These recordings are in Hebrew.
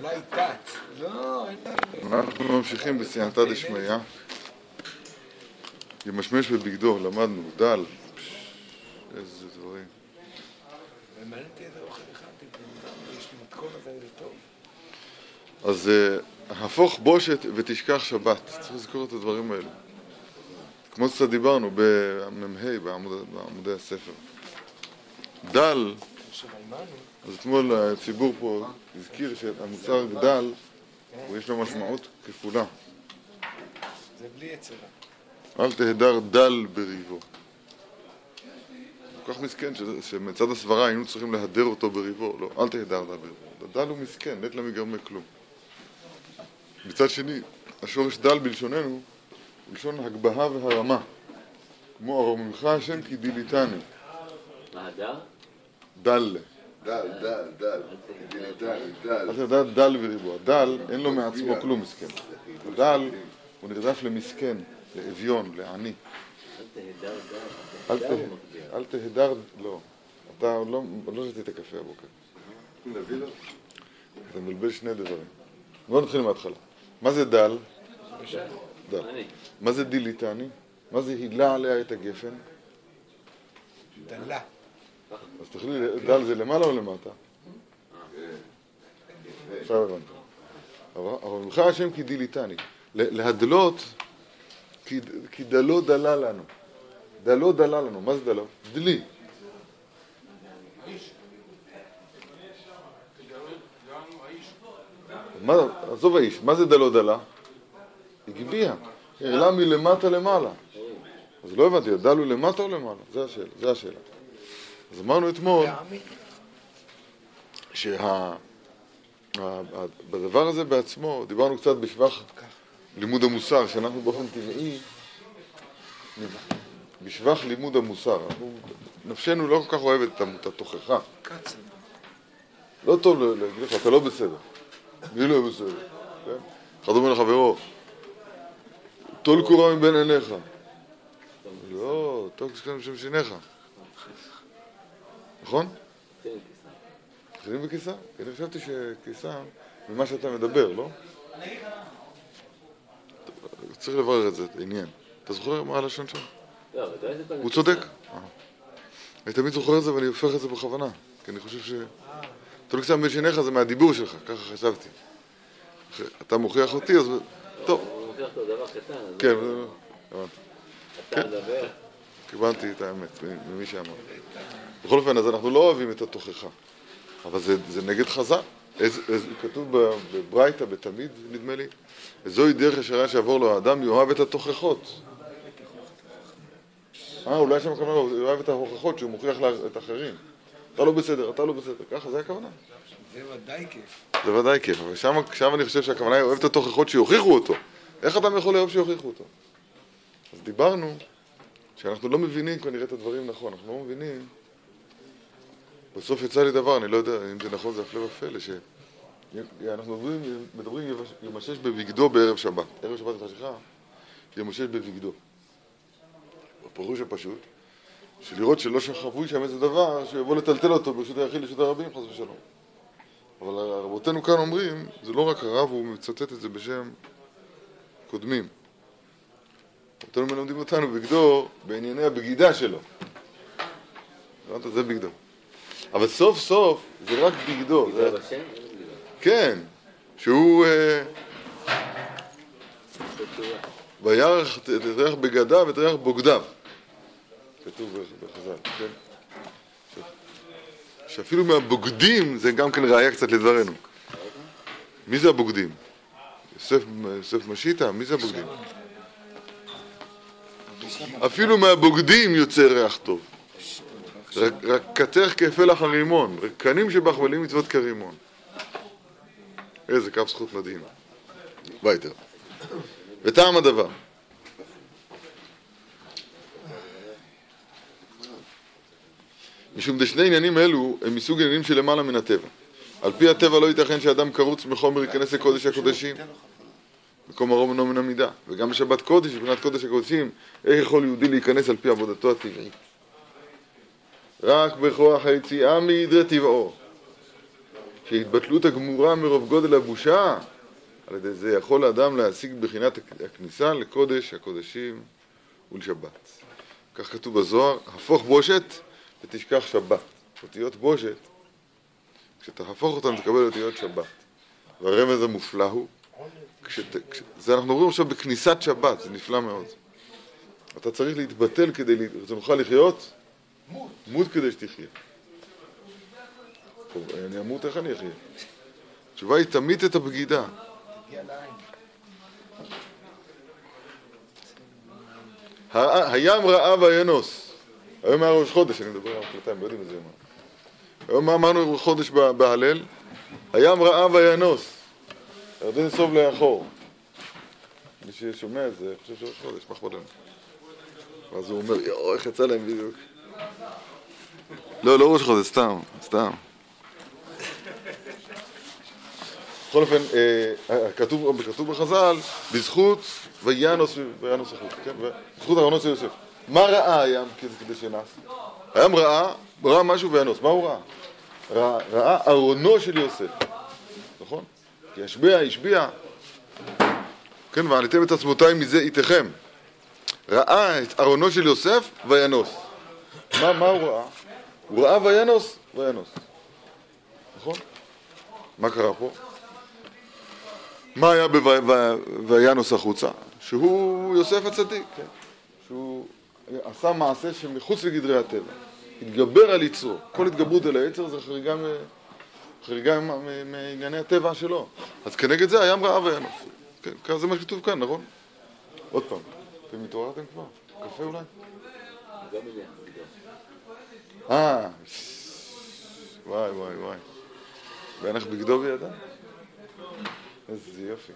אולי תת. לא, אין להם. אנחנו ממשיכים בסייעתא דשמיא. ימשמש בבגדו, למדנו, דל. איזה דברים. ומעניין אותי איזה אוכל הכנתי, יש לי מתכון הזה לטוב. אז הפוך בושת ותשכח שבת. צריך לזכור את הדברים האלה. כמו שקצת דיברנו במ"ה, בעמודי הספר. דל, אז אתמול הציבור פה הזכיר שהמוצר דל, יש לו משמעות כפולה. זה בלי יצרה. אל תהדר דל בריבו. כל כך מסכן שמצד הסברה היינו צריכים להדר אותו בריבו. לא, אל תהדר דל בריבו. דל הוא מסכן, נת למגרמי כלום. מצד שני, השורש דל בלשוננו, בלשון הגבהה והרמה. כמו ארוממך השם כי דיליתני. מה, דל? דל. דל. אל תהדר דל בריבו. הדל אין לו מעצמו כלום מסכן. הדל הוא נרדף למסכן, לאביון, לעני. אל תהדר, לא. אתה לא שתית קפה הבוקר. נביא לו? אתה מבלבל שני דברים. בואו נתחיל מההתחלה. מה זה דל? דל. מה זה דיליתני? מה זה הילה עליה את הגפן? דלה. אז תחליט, דל זה למעלה או למטה? עכשיו הבנת. אבל ממך השם כי דיליתני. להדלות, כי דלו דלה לנו. דלו דלה לנו. מה זה דלו? דלי. עזוב האיש, מה זה דלו דלה? הגביע. העלה מלמטה למעלה. אז לא הבנתי, הדל הוא למטה או למעלה? זה השאלה. אז אמרנו אתמול שבדבר הזה בעצמו, דיברנו קצת בשבח לימוד המוסר, שאנחנו באופן טבעי, בשבח לימוד המוסר, נפשנו לא כל כך אוהבת את התוכחה. לא טוב להגיד לך, אתה לא בסדר. מי לא בסדר? אחד אומר לחברו, טול קורה מבין עיניך. לא, טול קורה משם שיניך. נכון? מתחילים בכיסה? כי אני חשבתי שכיסה ממה שאתה מדבר, לא? צריך לברר את זה, את העניין. אתה זוכר מה הלשון שם? הוא צודק. אני תמיד זוכר את זה ואני הופך את זה בכוונה. כי אני חושב ש... טול קורה מבין שיניך זה מהדיבור שלך, ככה חשבתי. אתה מוכיח אותי, אז... טוב. הוא מוכיח אותו דבר קטן. כן, הבנתי. אתה מדבר. קיבלתי את האמת ממי שאמר. בכל אופן, אז אנחנו לא אוהבים את התוכחה. אבל זה נגד חז"ל. כתוב בברייתא, בתמיד, נדמה לי, זוהי דרך ישרה שיעבור לו האדם, יאהב את התוכחות. אולי שם הכוונה, הוא יאהב את ההוכחות שהוא מוכיח את האחרים. אתה לא בסדר, אתה לא בסדר. ככה, זה הכוונה. זה ודאי כיף. זה ודאי כיף, אבל שם אני חושב שהכוונה היא אוהב את התוכחות שיוכיחו אותו. איך אדם יכול לאהוב שיוכיחו אותו? אז דיברנו שאנחנו לא מבינים כנראה את הדברים נכון, אנחנו לא מבינים. בסוף יצא לי דבר, אני לא יודע אם זה נכון, זה הפלא ופלא, שאנחנו מדברים ימשש בבגדו בערב שבת. ערב שבת החשיכה, ימשש בבגדו. הפירוש הפשוט, שלראות שלא שחבוי שם איזה דבר, שיבוא לטלטל אותו ברשות היחיד לרשות הרבים, חס ושלום. אבל רבותינו כאן אומרים, זה לא רק הרב, הוא מצטט את זה בשם קודמים. רבותינו מלמדים אותנו בגדו בענייני הבגידה שלו. זה בגדו. אבל סוף סוף זה רק בגדו. בגדו בשם? כן, שהוא וירח תריח בגדיו ותריח בוגדיו. כתוב בחז"ל, כן? שאפילו מהבוגדים זה גם כן ראיה קצת לדברנו. מי זה הבוגדים? יוסף משיטה? מי זה הבוגדים? אפילו מהבוגדים יוצא ריח טוב. רק קצך כפלח הרימון, רקנים שבחבלים מצוות כרימון. איזה קו זכות מדהים. ביתר. וטעם הדבר. משום דשני עניינים אלו הם מסוג עניינים שלמעלה מן הטבע. על פי הטבע לא ייתכן שאדם קרוץ מחומר ייכנס לקודש הקודשים. מקום הרום אינו מן המידה. וגם בשבת קודש, מבחינת קודש הקודשים, איך יכול יהודי להיכנס על פי עבודתו הטבעית? רק בכוח היציאה מעדרי טבעו. שהתבטלות הגמורה מרוב גודל הבושה, על ידי זה יכול האדם להשיג בחינת הכניסה לקודש הקודשים ולשבת. כך כתוב בזוהר, הפוך בושת ותשכח שבת. אותיות בושת, כשתהפוך אותן תקבל אותיות שבת. והרמז המופלא הוא, זה אנחנו רואים עכשיו בכניסת שבת, זה נפלא מאוד. אתה צריך להתבטל כדי שנוכל לחיות, מות כדי שתחיה. טוב, אני אמות, איך אני אחיה? התשובה היא תמית את הבגידה. הים ראה וינוס. היום היה ראש חודש, אני מדבר על החלטיים, לא יודעים את זה מה. היום מה אמרנו ראש חודש בהלל? הים ראה וינוס. ירדן סוב לאחור. מי ששומע את זה, אני חושב שראש חודש, מה אכפת לנו? ואז הוא אומר, יואו, איך יצא להם בדיוק. לא ראש חודש, סתם. בכל אופן, כתוב בחז"ל, בזכות וינוס החוץ, כן? בזכות ארונו של יוסף. מה ראה הים כדי שנעש? הים ראה משהו וינוס. מה הוא ראה? ראה ארונו של יוסף. נכון? כי השביע. כן, ועליתם את עצמותיי מזה איתכם. ראה את ארונו של יוסף וינוס. מה הוא ראה? הוא ראה וינוס. נכון? מה קרה פה? מה היה בוינוס החוצה? שהוא יוסף הצדיק, כן? שהוא עשה מעשה שמחוץ לגדרי הטבע. התגבר על יצרו. כל התגברות על היצר זה חריגה מענייני הטבע שלו. אז כנגד זה הים ראה וינוס. כן, זה מה שכתוב כאן, נכון? עוד פעם. אתם מתעוררתם כבר? קפה אולי? גם אליה. וואי. ואנחנו בגדו בידה? איזה יופי.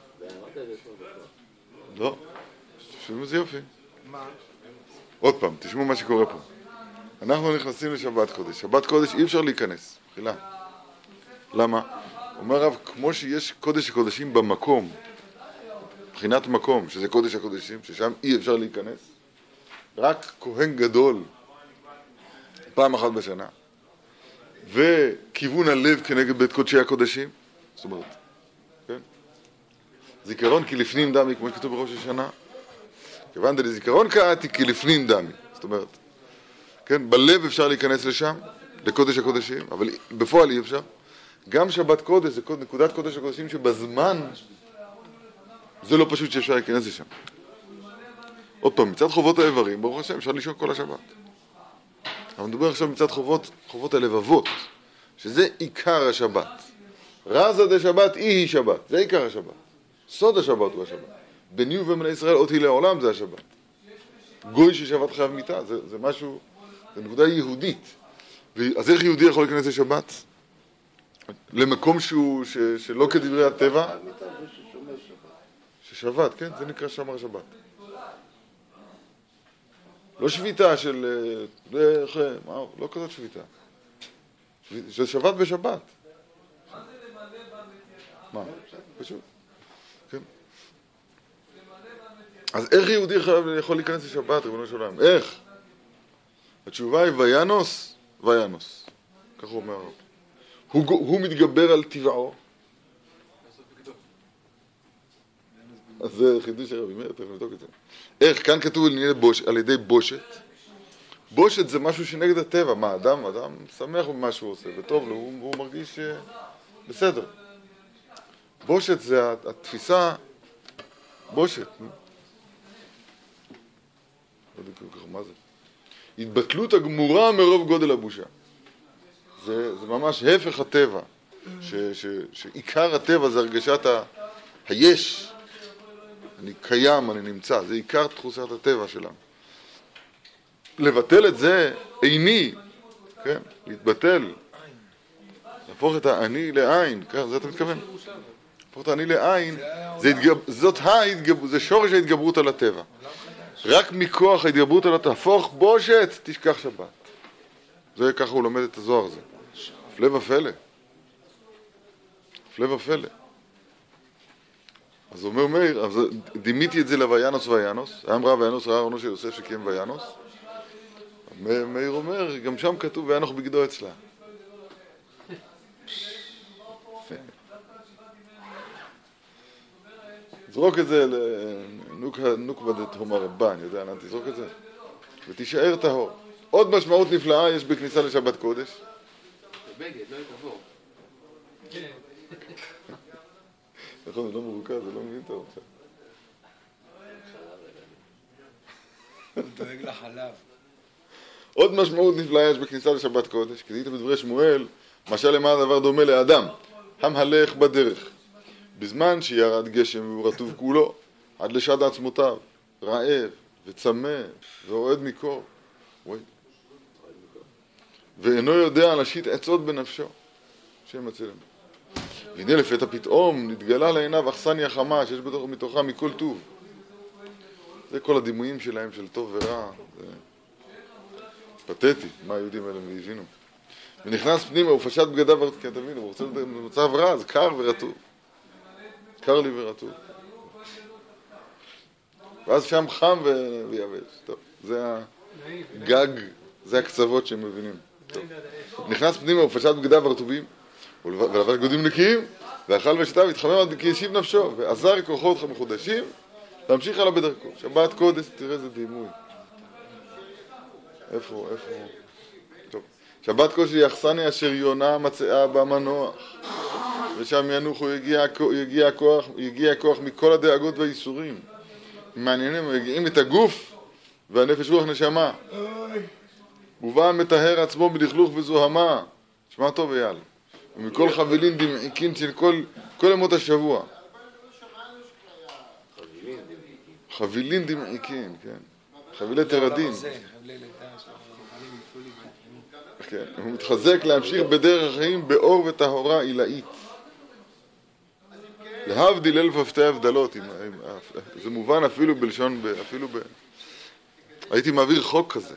לא, תשמעו איזה יופי. מה? עוד פעם, תשמעו מה שקורה פה. אנחנו נכנסים לשבת קודש. שבת קודש אי אפשר להיכנס. חילה. למה? אומר הרב, כמו שיש קודש הקודשים במקום, מבחינת מקום, שזה קודש הקודשים, ששם אי אפשר להיכנס, רק כהן גדול, פעם אחת בשנה, וכיוון הלב כנגד בית קודשי הקודשים, זאת אומרת, כן? זיכרון כי לפנים דמי, כמו שכתוב בראש השנה, כיוון דזיכרון קראתי כי לפנים דמי, זאת אומרת, כן? בלב אפשר להיכנס לשם, לקודש הקודשים, אבל בפועל אי אפשר. גם שבת קודש זה נקודת קודש הקודשים שבזמן זה לא פשוט שאפשר להיכנס לשם. עוד פעם, מצד חובות האיברים, ברוך השם, אפשר לישון כל השבת. אבל מדבר עכשיו מצד חובות הלבבות, שזה עיקר השבת. רזה דשבת היא שבת, זה עיקר השבת. סוד השבת הוא השבת. בני ובמלא ישראל אותי לעולם זה השבת. גוי ששבת חייב מיתה, זה משהו, זה נקודה יהודית. אז איך יהודי יכול להיכנס לשבת? למקום שלא כדברי הטבע? ששבת, כן, זה נקרא שמר שבת. לא שביתה של... לא כזאת שביתה. זה שבת בשבת. מה? פשוט. כן. אז איך יהודי יכול להיכנס לשבת, ריבונו של עולם? איך? התשובה היא וינוס. כך הוא אומר. הוא מתגבר על טבעו. אז זה חידוש הרבי מאיר, תכף נבדוק את זה. איך? כאן כתוב על ידי בושת. בושת זה משהו שנגד הטבע. מה, אדם שמח במה שהוא עושה, וטוב לו, הוא מרגיש בסדר. בושת זה התפיסה, בושת. לא יודע כל כך מה זה. התבטלות הגמורה מרוב גודל הבושה. זה ממש הפך הטבע. שעיקר הטבע זה הרגשת היש. אני קיים, אני נמצא. זה עיקר תחושת הטבע שלנו. לבטל את זה איני, כן? להתבטל. להפוך את האני לעין, כן? זה אתה מתכוון? להפוך את האני לעין, זה שורש ההתגברות על הטבע. רק מכוח ההתגברות על הטבע, תהפוך בושת, תשכח שבת. זה ככה הוא לומד את הזוהר הזה. הפלא ופלא. הפלא ופלא. אז אומר מאיר, אז דימיתי את זה לוינוס וינוס, העם ראה וינוס, ראה ארונו של יוסף שקיים וינוס. מאיר אומר, גם שם כתוב וינוך בגדו אצלה. זרוק את זה לנוקבה דתהום הרבה, אני יודע, תזרוק את זה. ותישאר טהור. עוד משמעות נפלאה יש בכניסה לשבת קודש. בגד, לא יתעבור. נכון, זה לא מרוכז, זה לא מבין טוב עכשיו. הוא דואג לחלב. עוד משמעות נפלאה יש בכניסה לשבת קודש, כי ראית בדברי שמואל, משל למה הדבר דומה לאדם, המהלך בדרך. בזמן שירד גשם והוא רטוב כולו, עד לשד עצמותיו, רעב וצמא ורועד מקור. ואינו יודע להשית עצות בנפשו. שם מצלם. והנה לפתע פתאום נתגלה לעיניו אכסניה חמה שיש מתוכה מכל טוב. זה כל הדימויים שלהם של טוב ורע. זה פתטי, מה היהודים האלה הבינו. ונכנס פנימה, הוא פשט בגדיו, כן, תבינו, הוא רוצה במצב רע, זה קר ורטוב. קר לי ורטוב. ואז שם חם ויבש. טוב, זה הגג, זה הקצוות שהם מבינים. טוב. נכנס פנימה, הוא פשט בגדיו הרטובים, ולבש גודים נקיים, ואכל ושתה והתחמם עד כי ישיב נפשו, ועזר כוחות מחודשים, להמשיך הלאה בדרכו. שבת קודש, תראה איזה דימוי. איפה? טוב. שבת קודש היא אכסניה אשר יונה מצאה במנוח, ושם ינוחו יגיע הכוח מכל הדאגות והאיסורים. מעניינים, מגיעים את הגוף והנפש רוח נשמה. ובא מטהר עצמו בלכלוך וזוהמה. שמע טוב אייל. ומכל חבילין דמעיקין של כל ימות השבוע. חבילין דמעיקין, כן. חבילי תרדין. כן, הוא מתחזק להמשיך בדרך החיים באור וטהורה עילאית. להבדיל אלף הפתי הבדלות, זה מובן אפילו בלשון, הייתי מעביר חוק כזה.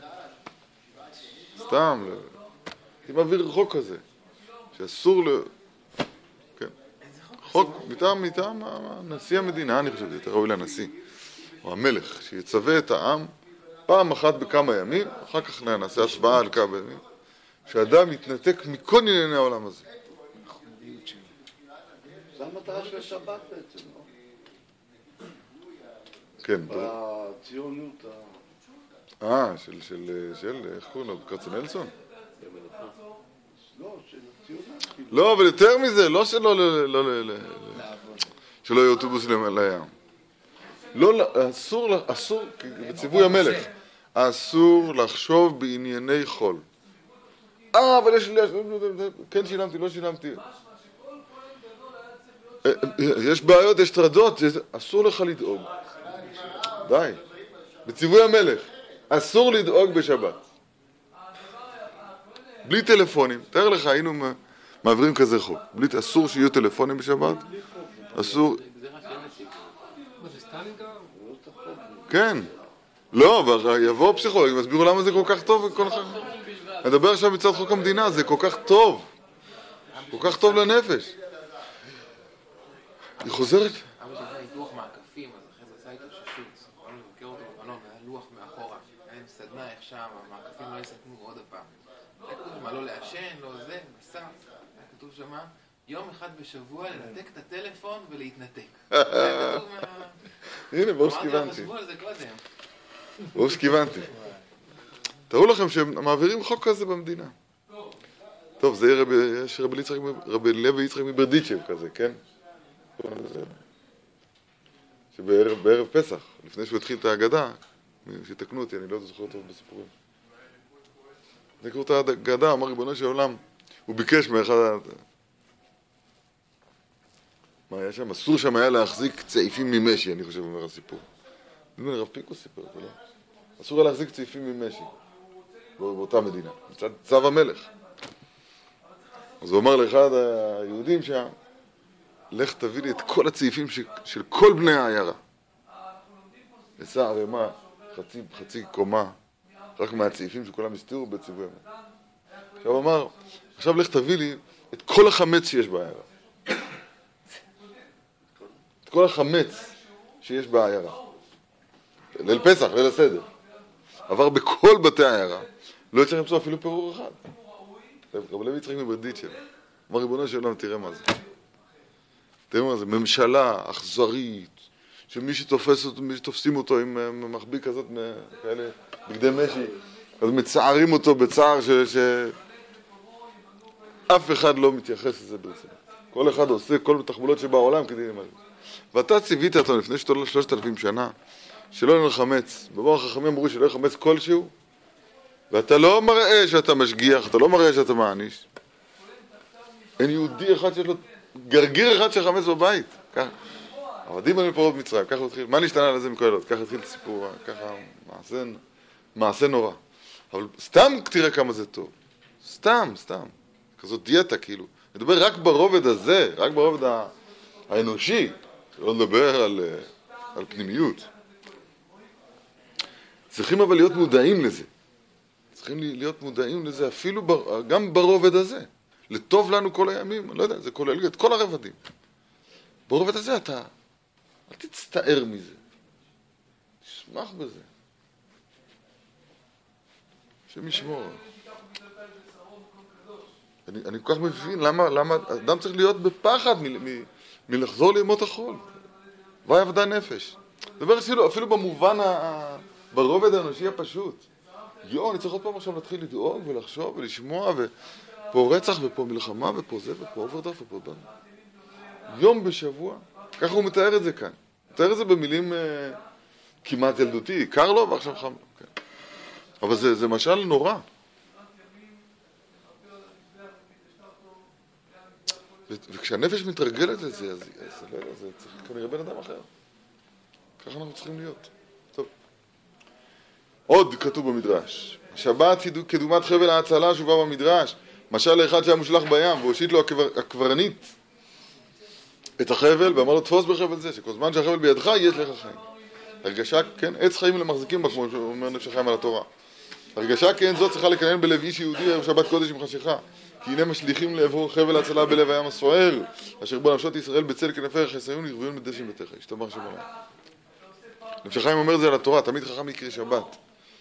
סתם, הייתי מעביר חוק כזה, שאסור כן. חוק מטעם נשיא המדינה, אני חושב, יותר ראוי לנשיא, או המלך, שיצווה את העם פעם אחת בכמה ימים, אחר כך נעשה השוואה על כמה ימים, שאדם יתנתק מכל ענייני העולם הזה. זה המטרה של השבת בעצם, לא? כן. בציונות איך קוראים לו? כצנלסון? לא, של הציונות. לא, אבל יותר מזה, לא שלא יהיה אוטובוס לים. לא, אסור, בציווי המלך, אסור לחשוב בענייני חול. אבל כן שילמתי, לא שילמתי. יש בעיות, יש טרדות, אסור לך לדאוג. די. בציווי המלך, אסור לדאוג בשבת. בלי טלפונים. תאר לך, היינו מעבירים כזה חוק. אסור שיהיו טלפונים בשבת. אסור. כן. לא, יבוא פסיכולוגים, יסבירו למה זה כל כך טוב. נדבר עכשיו מצד חוק המדינה, זה כל כך טוב. כל כך טוב לנפש. היא חוזרת? אבא שלי עשה ניתוח מעקפים, אז אחרי זה עשה איתו ששוץ. באנו לבקר אותו בבלון, היה לוח מאחורה. היה עם סדנה איך שם, המעקפים לא יסתמו עוד הפעם. היה כתוב שמה לא לעשן, לא זה, מסע. היה כתוב שמה, יום אחד בשבוע לנתק את הטלפון ולהתנתק. היה כתוב הנה, ברור שכיוונתי. אמרתי, חשבו על זה קודם. ברור שכיוונתי. תראו לכם שהם מעבירים חוק כזה במדינה. טוב, זה יש רבי לוי יצחק מברדיצ'ב כזה, כן? שבערב פסח, לפני שהוא התחיל את ההגדה, שתקנו אותי, אני לא זוכר טוב בסיפורים. נקראו את ההגדה, אמר ריבונו של עולם, הוא ביקש מאחד מה היה שם? אסור שם היה להחזיק צעיפים ממשי, אני חושב, אומר הסיפור. נדמה לי, רב פינקוס סיפר, לא? אסור היה להחזיק צעיפים ממשי, באותה מדינה, מצד צו המלך. אז הוא אמר לאחד היהודים שם, לך תביא לי את כל הצעיפים של כל בני העיירה. עשה ערימה, חצי קומה, רק מהצעיפים שכולם הסתירו בציווי המלך. עכשיו הוא אמר, עכשיו לך תביא לי את כל החמץ שיש בעיירה. את כל החמץ שיש בעיירה. ליל פסח, ליל הסדר. עבר בכל בתי העיירה, לא יצטרך למצוא אפילו פירור אחד. רבי לוי יצחק מברדיצ'ב. אמר ריבונו של עולם, תראה מה זה. תראה מה זה, ממשלה אכזרית, שמי שתופסים אותו עם מחביא כזאת, כאלה בגדי משי, אז מצערים אותו בצער אף אחד לא מתייחס לזה ברצינות. כל אחד עושה כל התחבולות שבעולם כדי למלא. ואתה ציווית אותו לפני 3,000 שנה, שלא יהיה חמץ. במוח החכמים אמרו שלא יהיה חמץ כלשהו, ואתה לא מראה שאתה משגיח, אתה לא מראה שאתה מעניש. אין יהודי אחד שיש לו גרגיר אחד של חמץ בבית. ככה. עבדים על מפרות מצרים, ככה התחיל. מה נשתנה לזה מקולות? ככה התחיל את הסיפור, ככה מעשה נורא. אבל סתם תראה כמה זה טוב. סתם. כזאת דיאטה כאילו. נדבר רק ברובד הזה, רק ברובד האנושי. לא נדבר על פנימיות. צריכים אבל להיות מודעים לזה. צריכים להיות מודעים לזה אפילו גם ברובד הזה. לטוב לנו כל הימים, אני לא יודע, זה כולל את כל הרבדים. ברובד הזה אתה, אל תצטער מזה. תשמח בזה. השם ישמור. אני כל כך מבין למה אדם צריך להיות בפחד מלחזור לימות החול. ואי עבדה נפש. דבר אפילו במובן, ברובד האנושי הפשוט. אני צריך עוד פעם עכשיו להתחיל לדאוג ולחשוב ולשמוע, ופה רצח ופה מלחמה ופה זה ופה אוברדרף ופה דן. יום בשבוע, ככה הוא מתאר את זה כאן. מתאר את זה במילים כמעט ילדותי, קר לו ועכשיו חם. כן. אבל זה משל נורא. וכשהנפש מתרגלת לזה, אז לא יודע, זה צריך כנראה בן אדם אחר. ככה אנחנו צריכים להיות. טוב. עוד כתוב במדרש. שבת כדומת חבל ההצלה שובה במדרש. משל לאחד שהיה מושלח בים, והושיט לו הקברנית את החבל, ואמר לו תפוס בחבל זה, שכל זמן שהחבל בידך יש לך חיים. הרגשה, כן, עץ חיים למחזיקים בה, כמו שאומר נפש החיים על התורה. הרגשה כן זאת צריכה לקנן בלב איש יהודי ערב שבת קודש עם חשיכה. כי הנה משליכים לעברו חבל הצלה בלב הים הסוער, אשר בו נפשות ישראל בצל כנפיך חסיון ירוויון בדשאים ביתך. השתבח שם עליי. נפש החיים אומר זה על התורה, תמיד חכם יקריא שבת.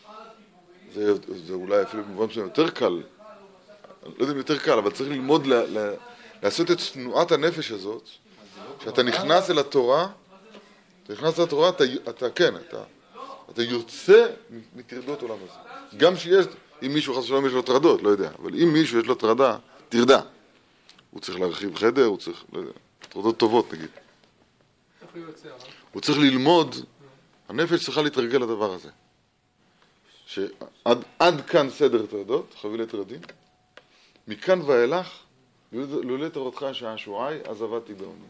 זה אולי אפילו במובן מסוים יותר קל, לא יודע אם יותר קל, אבל צריך ללמוד לעשות את תנועת הנפש הזאת, שאתה נכנס אל התורה, אתה יוצא מטרדות עולם הזה. גם שיש, אם מישהו חס ושלום יש לו טרדות, לא יודע, אבל אם מישהו יש לו טרדה, תרדה. הוא צריך להרחיב חדר, הוא צריך, לא יודע, טרדות טובות נגיד. הוא צריך ללמוד, הנפש צריכה להתרגל לדבר הזה. שעד כאן סדר טרדות, חבילת טרדים, מכאן ואילך, לולא תורתך שעשועי, אז עבדתי בעוני.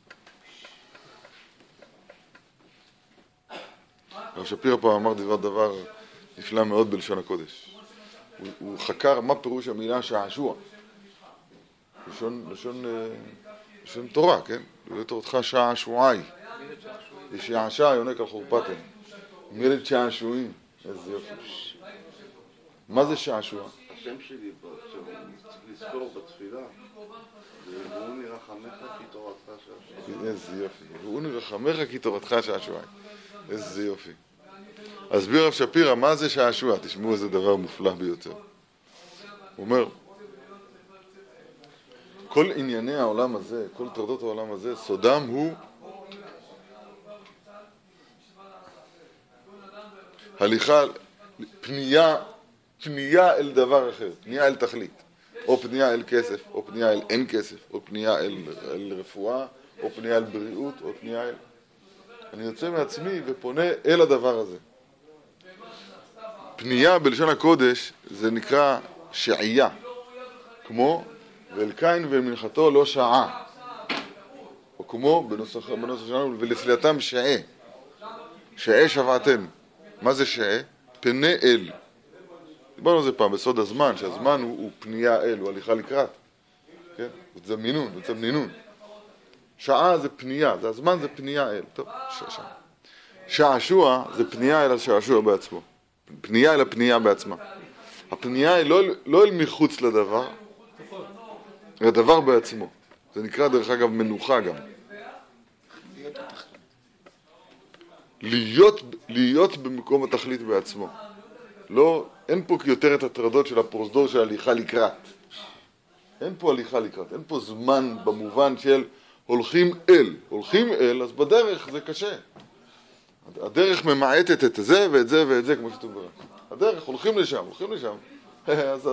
הרב שפירא פה אמר דבר נפלא מאוד בלשון הקודש. הוא חקר מה פירוש המילה שעשוע. לשון תורה, כן? לולא תורתך שעשועי. יש שעשע יונק על חורפתם. ילד שעשועי. איזה יופי. מה זה שעשוע? השם שלי צריך לזכור בתפילה, והוא נרחמך כי תורתך שעשועי. איזה יופי. והוא נרחמך כי תורתך שעשועי. איזה יופי. אז הרב שפירא, מה זה שעשוע? תשמעו איזה דבר מופלא ביותר. הוא אומר, כל ענייני העולם הזה, כל טרדות העולם הזה, סודם הוא הליכה, פנייה אל דבר אחר, פנייה אל תכלית. או פנייה אל כסף, או פנייה אל אין כסף, או פנייה אל רפואה, או פנייה אל בריאות, או פנייה אל... אני יוצא מעצמי ופונה אל הדבר הזה. פנייה בלשון הקודש זה נקרא שעייה, כמו ואל קין ואל מנחתו לא שעה, או כמו בנוסח שלנו ולפלייתם שעה, שעה שבעתם. מה זה שעה? פנה אל. דיברנו על זה פעם בסוד הזמן, שהזמן הוא פנייה אל, הוא הליכה לקראת, כן? זה מינון, זה מינון. שעה זה פנייה, זה הזמן זה פנייה אל. טוב, שעשוע זה פנייה אל השעשוע בעצמו. פנייה אל הפנייה בעצמה. הפנייה היא לא אל מחוץ לדבר, הדבר בעצמו. זה נקרא דרך אגב מנוחה גם. להיות במקום התכלית בעצמו. לא, אין פה יותר את הטרדות של הפרוזדור של הליכה לקראת. אין פה הליכה לקראת, אין פה זמן במובן של הולכים אל, אז בדרך זה קשה. הדרך ממעטת את זה ואת זה ואת זה, כמו שכתוב ברב. הדרך, הולכים לשם. אז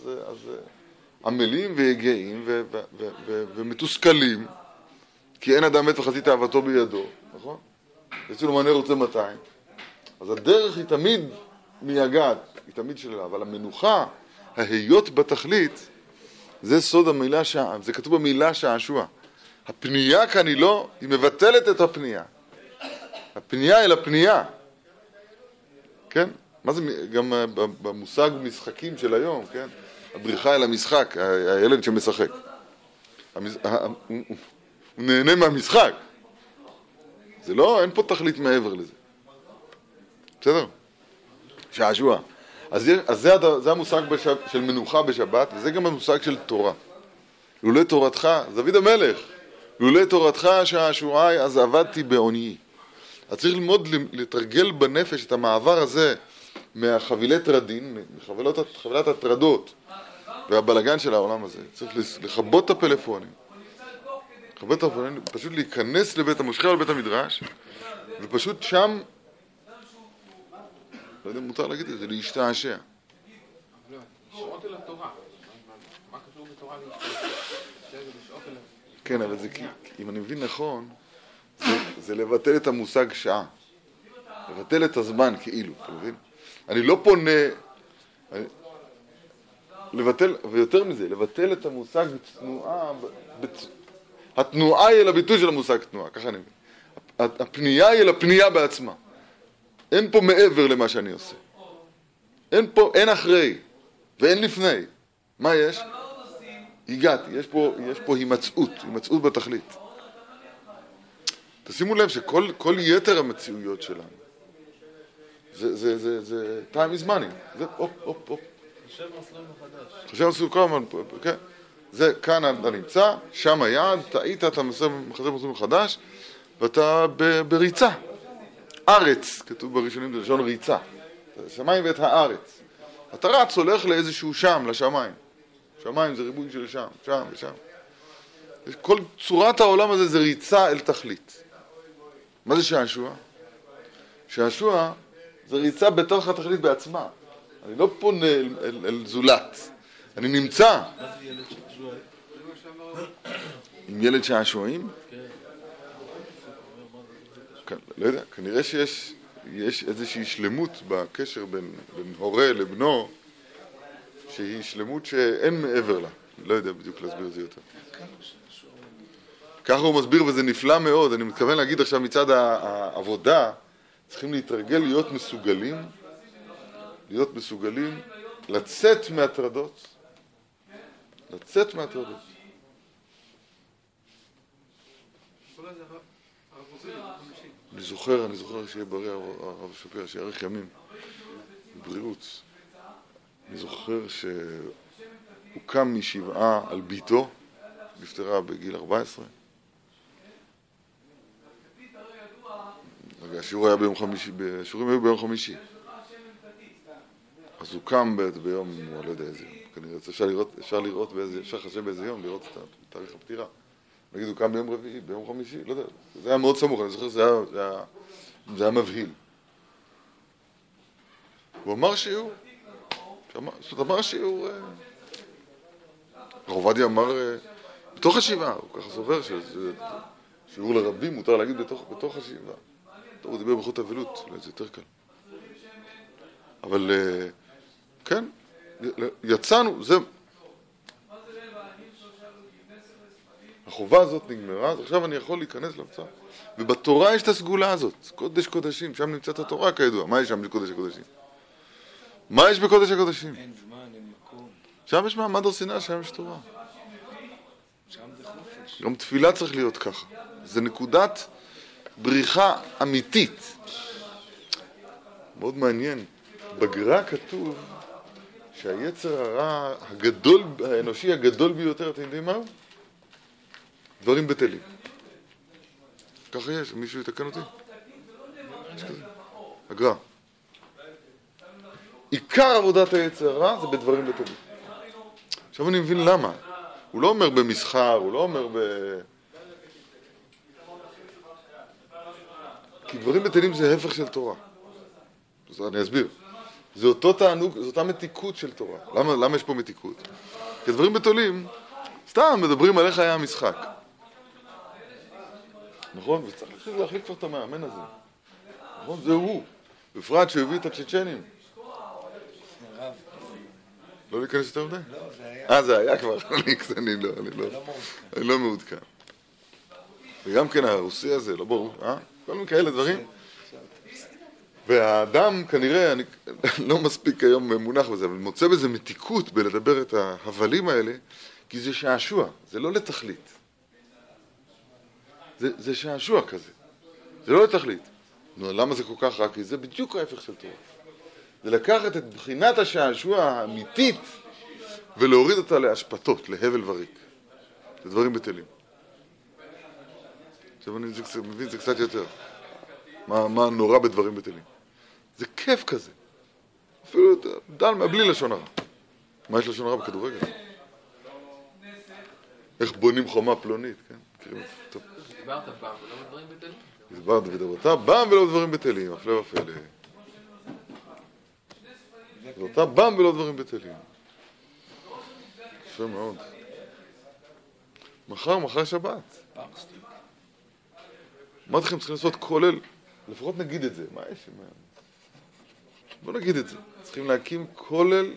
עמלים ויגעים ומתוסכלים, כי אין אדם מת וחצי תאוותו בידו, נכון? יצאו למענה רוצה 200. אז הדרך היא תמיד מייגעת, היא תמיד שלה, אבל המנוחה, ההיות בתכלית, זה סוד המילה שעה, זה כתוב במילה שעשוע. הפנייה כאן היא לא, היא מבטלת את הפנייה. הפנייה אל הפנייה. כן? מה זה, גם במושג משחקים של היום, כן? הבריחה אל המשחק, הילד שמשחק. הוא נהנה מהמשחק. זה לא, אין פה תכלית מעבר לזה. בסדר? שעשוע. אז זה המושג של מנוחה בשבת, וזה גם המושג של תורה. לולא תורתך, דוד המלך, לולא תורתך שעשועי, אז עבדתי בעוניי. אז צריך ללמוד לתרגל בנפש את המעבר הזה מהחבילי טרדין, מחבילת הטרדות והבלגן של העולם הזה. צריך לכבות את הפלאפונים. לכבות את הפלאפונים, פשוט להיכנס לבית המושכר, לבית המדרש, ופשוט שם, לא יודע אם מותר להגיד את זה, להשתעשע. לשעות אל התורה. מה קשור בתורה להשתעשע? כן, אבל זה, אם אני מבין נכון, זה לבטל את המושג שעה. לבטל את הזמן כאילו, אתה מבין? אני לא פונה, לבטל, ויותר מזה, לבטל את המושג תנועה, התנועה היא אל הביטוי של המושג תנועה, ככה אני מבין. הפנייה היא אל הפנייה בעצמה. אין פה מעבר למה שאני עושה. אין אחרי, ואין לפני. מה יש? הגעתי, יש פה הימצאות בתכלית. תשימו לב שכל יתר המציאויות שלנו, זה time is money. זה הופ. חושב מסלול כל הזמן, כן. זה כאן אתה נמצא, שם היעד, טעית, אתה מחזר מסלול מחדש, ואתה בריצה. ארץ, כתוב בראשונים, זה לשון ריצה. שמיים ואת הארץ. אתה רץ, הולך לאיזשהו שם, לשמיים. שמיים זה ריבוי של שם ושם. כל צורת העולם הזה זה ריצה אל תכלית. מה זה שעשוע? שעשוע זה ריצה בתוך התכלית בעצמה. אני לא פונה אל זולת. אני נמצא. מה זה ילד שעשועי? עם ילד שעשועים? כן. לא יודע, כנראה שיש איזושהי שלמות בקשר בין הורה לבנו, שהיא שלמות שאין מעבר לה. לא יודע בדיוק להסביר את זה יותר. ככה הוא מסביר וזה נפלא מאוד. אני מתכוון להגיד עכשיו מצד העבודה, צריכים להתרגל להיות מסוגלים לצאת מהטרדות. אני זוכר שיהיה בריא הרב שפירא, שיאריך ימים, בריאות. אני זוכר שהוא קם משבעה על ביתו, נפטרה בגיל 14. השיעור היה ביום חמישי, השיעורים היו ביום חמישי. אז הוא קם ביום, אני לא יודע איזה יום, כנראה אפשר לחשב באיזה יום, לראות את תאריך הפטירה. נגיד, הוא קם ביום רביעי, ביום חמישי, לא יודע, זה היה מאוד סמוך, אני זוכר שזה היה מבהיל. הוא אמר שיעור, הרב עובדיה אמר, בתוך השבעה, הוא ככה סובר שיעור לרבים מותר להגיד בתוך השבעה. טוב, הוא דיבר בחוט אבלות, אולי זה יותר קל. אבל כן, יצאנו, זה... החובה הזאת נגמרה, אז עכשיו אני יכול להיכנס למצב. ובתורה יש את הסגולה הזאת, קודש קודשים, שם נמצאת התורה כידוע. מה יש שם בקודש הקודשים? מה יש בקודש הקודשים? אין זמן, אין מקום. שם יש מעמד הר סיני, שם יש תורה. שם זה חופש. גם תפילה צריך להיות ככה. זה נקודת בריחה אמיתית. מאוד מעניין. בגר"א כתוב שהיצר הרע הגדול, האנושי הגדול ביותר, אתם יודעים מהו? דברים בטלים. ככה יש, מישהו יתקן אותי? הגר"א. עיקר עבודת היצר הרע זה בדברים בטלים. עכשיו אני מבין למה. הוא לא אומר במסחר, הוא לא אומר כי דברים בטלים זה הפך של תורה. אז אני אסביר. זה אותו תענוג, זו אותה מתיקות של תורה. למה יש פה מתיקות? כי דברים בטלים, סתם מדברים על איך היה המשחק. נכון? וצריך להחליט כבר את המאמן הזה. נכון? זה הוא. בפרט שהוא הביא את הצ'צ'נים. לא להיכנס יותר מדי? לא, זה היה. זה היה כבר. אני לא מעודכן. וגם כן הרוסי הזה, לא ברור. כל מיני כאלה דברים. והאדם כנראה, אני לא מספיק היום מונח בזה, אבל מוצא בזה מתיקות בלדבר את ההבלים האלה, כי זה שעשוע, זה לא לתכלית. זה שעשוע כזה. זה לא לתכלית. נו, למה זה כל כך רע? כי זה בדיוק ההפך של תורה. זה לקחת את בחינת השעשוע האמיתית ולהוריד אותה להשפטות, להבל וריק. זה דברים בטלים. עכשיו אני מבין, זה קצת יותר. מה נורא בדברים בטלים. זה כיף כזה. אפילו דל בלי לשון הרע. מה יש לשון הרע בכדורגל? איך בונים חומה פלונית, כן? דיברת פעם ולא בדברים בטלים? דיברת ודברת פעם ולא בדברים בטלים, הפלא ופלא. דיברת פעם ולא דברים בטלים. יפה מאוד. מחר שבת. אמרתי לכם, צריכים לעשות כולל, לפחות נגיד את זה. מה יש? בוא נגיד את זה. צריכים להקים כולל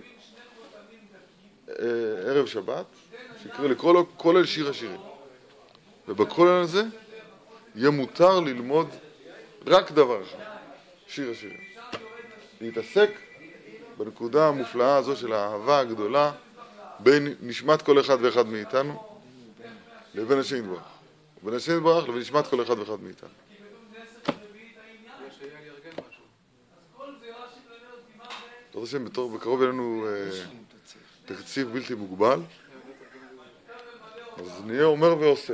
ערב שבת, שיקרא לקרוא לו כולל שיר השירים. ובכולל הזה יהיה מותר ללמוד רק דבר אחד, שיר השירים. להתעסק בנקודה המופלאה הזו של האהבה הגדולה בין נשמת כל אחד ואחד מאיתנו לבין השם יתברך. בין השם יתברך לבין נשמת כל אחד ואחד מאיתנו. תודה השם, בקרוב אלינו תקציב בלתי מוגבל, אז נהיה אומר ועושה.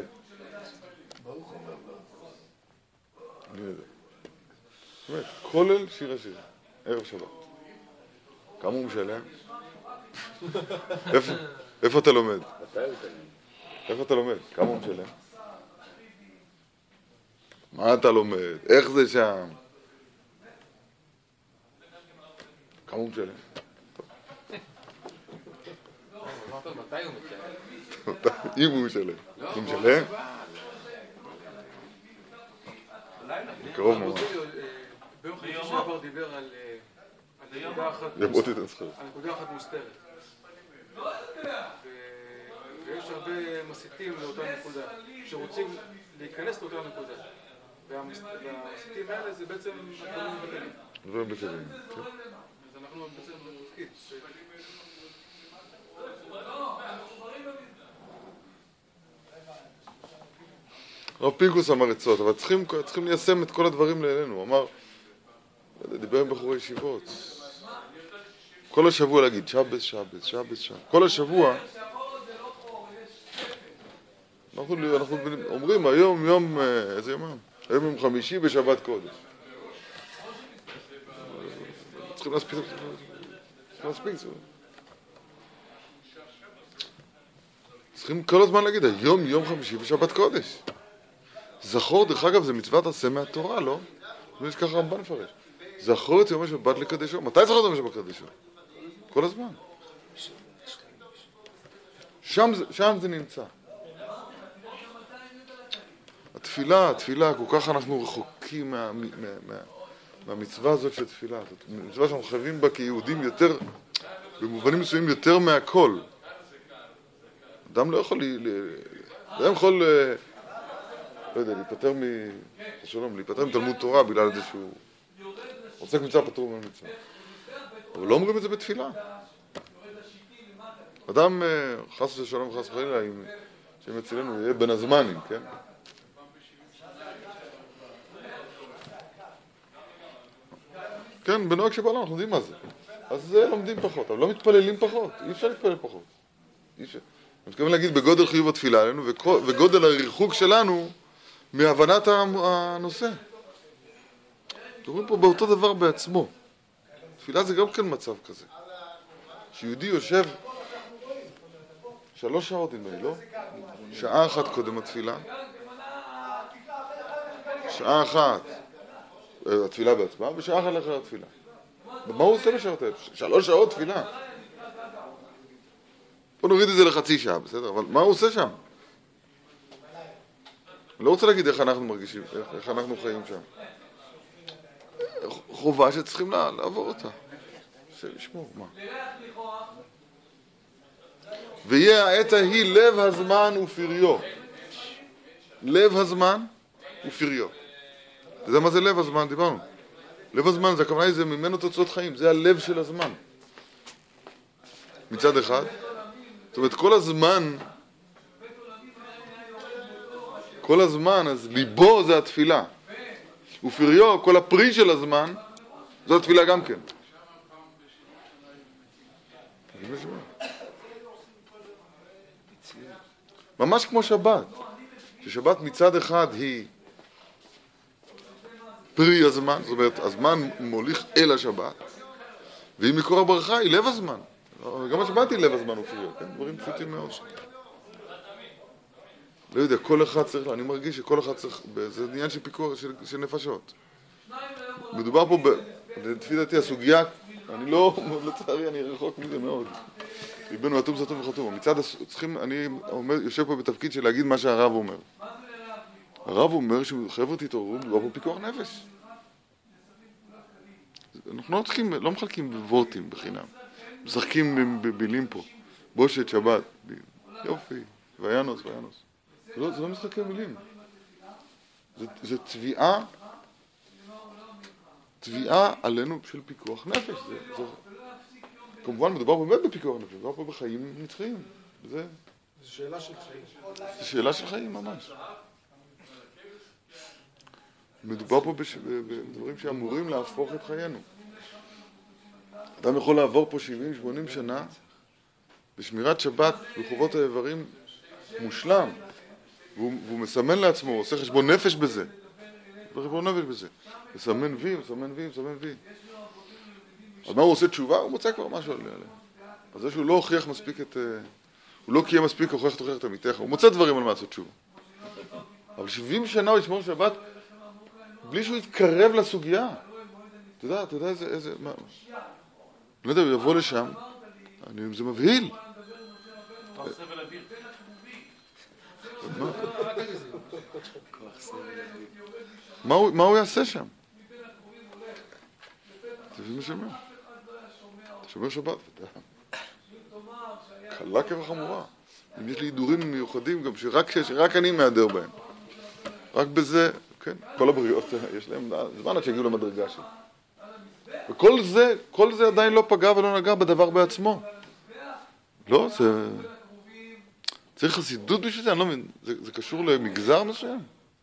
אני יודע. באמת, כולל שיר השירים, ערב שבת. כמה הוא משלם? איפה אתה לומד? איפה אתה לומד? כמה הוא משלם? מה אתה לומד? איך זה שם? כמה הוא משלם? מתי הוא משלם? אם הוא משלם. הוא משלם? בקרוב מאוד. ביום חמישי שעבר דיבר על נקודה אחת מוסתרת. ויש הרבה מסיתים לאותה נקודה, שרוצים להיכנס לאותה נקודה. והמסיתים האלה זה בעצם הדברים בטלים. דברים בטלים, כן. אז אנחנו בעצם בתפקיד. הרב פינקוס אמר עצות, אבל צריכים ליישם את כל הדברים לאלינו. הוא אמר, דיבר עם בחורי ישיבות. כל השבוע להגיד שבס, שבס, שבס, שבס. כל השבוע אנחנו אומרים היום יום, איזה יום? היום יום חמישי בשבת קודש. צריכים להספיק. צריכים כל הזמן להגיד, היום יום חמישי בשבת קודש. זכור, דרך אגב, זה מצוות עשה מהתורה, לא? יש ככה רמב"ן מפרש. זכור את יום השבת לקדשו. מתי זכור את יום השבת לקדשו? כל הזמן. שם זה נמצא. התפילה, כל כך אנחנו רחוקים מהמצווה הזאת של תפילה. זאת מצווה שאנחנו חייבים בה כיהודים יותר, במובנים מסוימים יותר מהכל. אדם לא יכול לא יודע, להיפטר מתלמוד תורה בגלל זה שהוא עוסק מצווה פטור מהמצווה. אבל לא אומרים את זה בתפילה. אדם, חס ושלום, חס וחלילה, שאם אצלנו יהיה בין הזמנים, כן? כן, בנוהג שבעולם אנחנו יודעים מה זה. אז לומדים פחות, אבל לא מתפללים פחות. אי אפשר להתפלל פחות. אני מתכוון להגיד בגודל חיוב התפילה עלינו וגודל הריחוק שלנו מהבנת הנושא. תראו פה באותו דבר בעצמו. תפילה זה גם כן מצב כזה. שיהודי יושב 3 שעות נדמה לי, לא? שעה אחת קודם התפילה. שעה אחת התפילה בעצמה, ושעה אחת לאחר התפילה. מה הוא עושה בשעות האלה? 3 שעות תפילה. בוא נוריד את זה לחצי שעה, בסדר? אבל מה הוא עושה שם? אני לא רוצה להגיד איך אנחנו מרגישים, איך אנחנו חיים שם. חובה שצריכים לעבור אותה. שישמור, מה? ויהיה העת ההיא לב הזמן ופריו. לב הזמן ופריו. אתה יודע מה זה לב הזמן? דיברנו. לב הזמן, זה הכוונה, זה ממנו תוצאות חיים. זה הלב של הזמן. מצד אחד. זאת אומרת, כל הזמן, אז ליבו זה התפילה. ופריו, כל הפרי של הזמן, זו התפילה גם כן. ממש כמו שבת. ששבת מצד אחד היא פרי הזמן, זאת אומרת, הזמן מוליך אל השבת, והיא מקור הברכה, היא לב הזמן. גם השבת היא לב הזמן ופריו, כן? דברים פשוטים מאוד. לא יודע, כל אחד צריך, אני מרגיש שכל אחד צריך, זה עניין של פיקוח של נפשות. מדובר פה, לפי דעתי, הסוגיה, אני לא, לצערי, אני רחוק מזה מאוד. ליבנו אטום סתום וחתום. מצד צריכים, אני יושב פה בתפקיד של להגיד מה שהרב אומר. הרב אומר שחבר'ה תתעוררו, מדובר פה פיקוח נפש. אנחנו לא מחלקים וורטים בחינם. משחקים בבילים פה. בושת, שבת. יופי. וינוס. זה לא משחקי מילים. זה תביעה עלינו של פיקוח נפש. כמובן מדובר באמת בפיקוח נפש, מדובר פה בחיים נצחיים. זה שאלה של חיים. זה שאלה של חיים ממש. מדובר פה בדברים שאמורים להפוך את חיינו. אדם יכול לעבור פה 70-80 שנה בשמירת שבת בחובות האיברים מושלם, והוא מסמן לעצמו, הוא עושה חשבון נפש בזה. מסמן וי. אז מה הוא עושה תשובה? הוא מוצא כבר משהו עליה. אז זה שהוא לא הוכיח מספיק הוא לא קיים מספיק הוכיח את עמיתך, הוא מוצא דברים על מה לעשות תשובה. אבל 70 שנה הוא ישמור שבת בלי שהוא יתקרב לסוגיה. אתה יודע איזה, מה? לא יודע, הוא יבוא לשם, זה מבהיל. מה הוא יעשה שם? תבין מה שאומר. שומר שבת, קלה כחמורה. אם יש לי הידורים מיוחדים גם שרק אני מהדר בהם. רק בזה, כן, כל הבריות, יש להם זמן עד שהגיעו למדרגה שלי. וכל זה עדיין לא פגע ולא נגע בדבר בעצמו. לא, זה... צריך חסידות בשביל זה, אני לא מבין. זה קשור למגזר מסוים.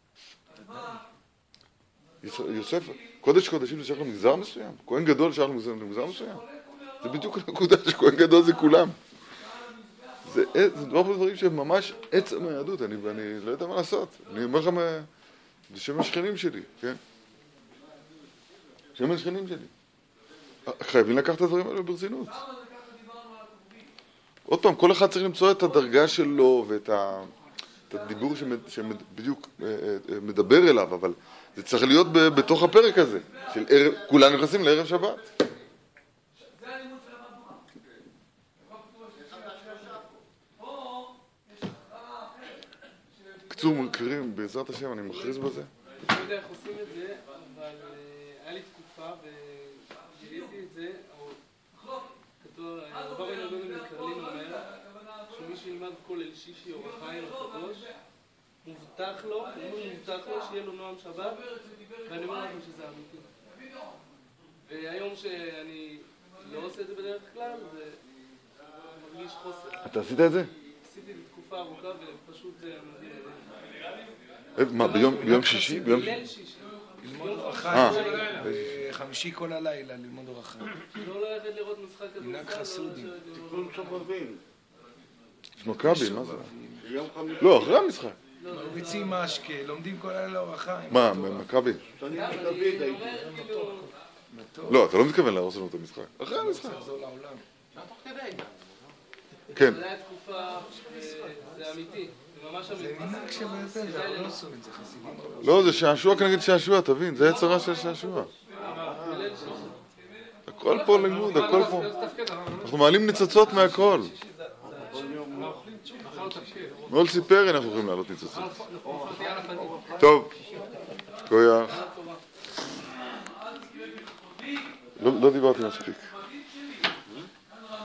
יוסף, קודש קודשים זה שייך למגזר מסוים. כהן גדול שייך למגזר מסוים. זה בדיוק הנקודה שכהן גדול זה כולם. זה דבר פה דברים שהם ממש עצם היהדות, ואני לא יודע מה לעשות. אני אומר לכם, זה שם השכנים שלי, כן? שם השכנים שלי. חייבים לקחת את הדברים האלה ברצינות. עוד פעם, כל אחד צריך למצוא את הדרגה שלו ואת הדיבור שבדיוק מדבר אליו, אבל זה צריך להיות בתוך הפרק הזה, של כולנו נכנסים לערב שבת. קצור מכירים, בעזרת השם, אני מכריז בזה. אני לא יודע איך עושים את זה, אבל היה לי תקופה וגיליתי את זה, כתוב, הרב בן מקרלין אומר, שמי שילמד כל אל שישי אור החיים הקדוש, מובטח לו שיהיה לו נועם שבת, ואני אומר לכם שזה אמיתי. והיום שאני לא עושה את זה בדרך כלל, זה מרגיש חוסר. אתה עשית את זה? עשיתי תקופה ארוכה ופשוט זה מדהים. מה, ביום שישי? ליל שישי. ללמוד אור החיים, חמישי כל הלילה ללמוד אור החיים. לא ללכת לראות משחק כדורסל. מנהג חסודי. תיקון שובבים. יש מכבי, מה זה? יום חמישי. לא, אחרי המשחק. מרביצים משקה, לומדים כל הלילה אור החיים. מה, מכבי? שאני דוד הייתי. לא, אתה לא מתכוון להרוס לנו את המשחק. אחרי המשחק. לחזור לעולם. לא תוך כדי. כן. זה היה תקופה, זה אמיתי. ממש זה מנהג שבזה, זה לא עושים את זה, חסידים. לא, זה שעשוע כנגד שעשוע, תבין, זה יצרה של שעשוע. הכל פה לימוד, הכל פה. אנחנו מעלים ניצוצות מהכל. מאוד סיפרי אנחנו יכולים לעלות ניצוצות. טוב, כויח. לא דיברתי מספיק.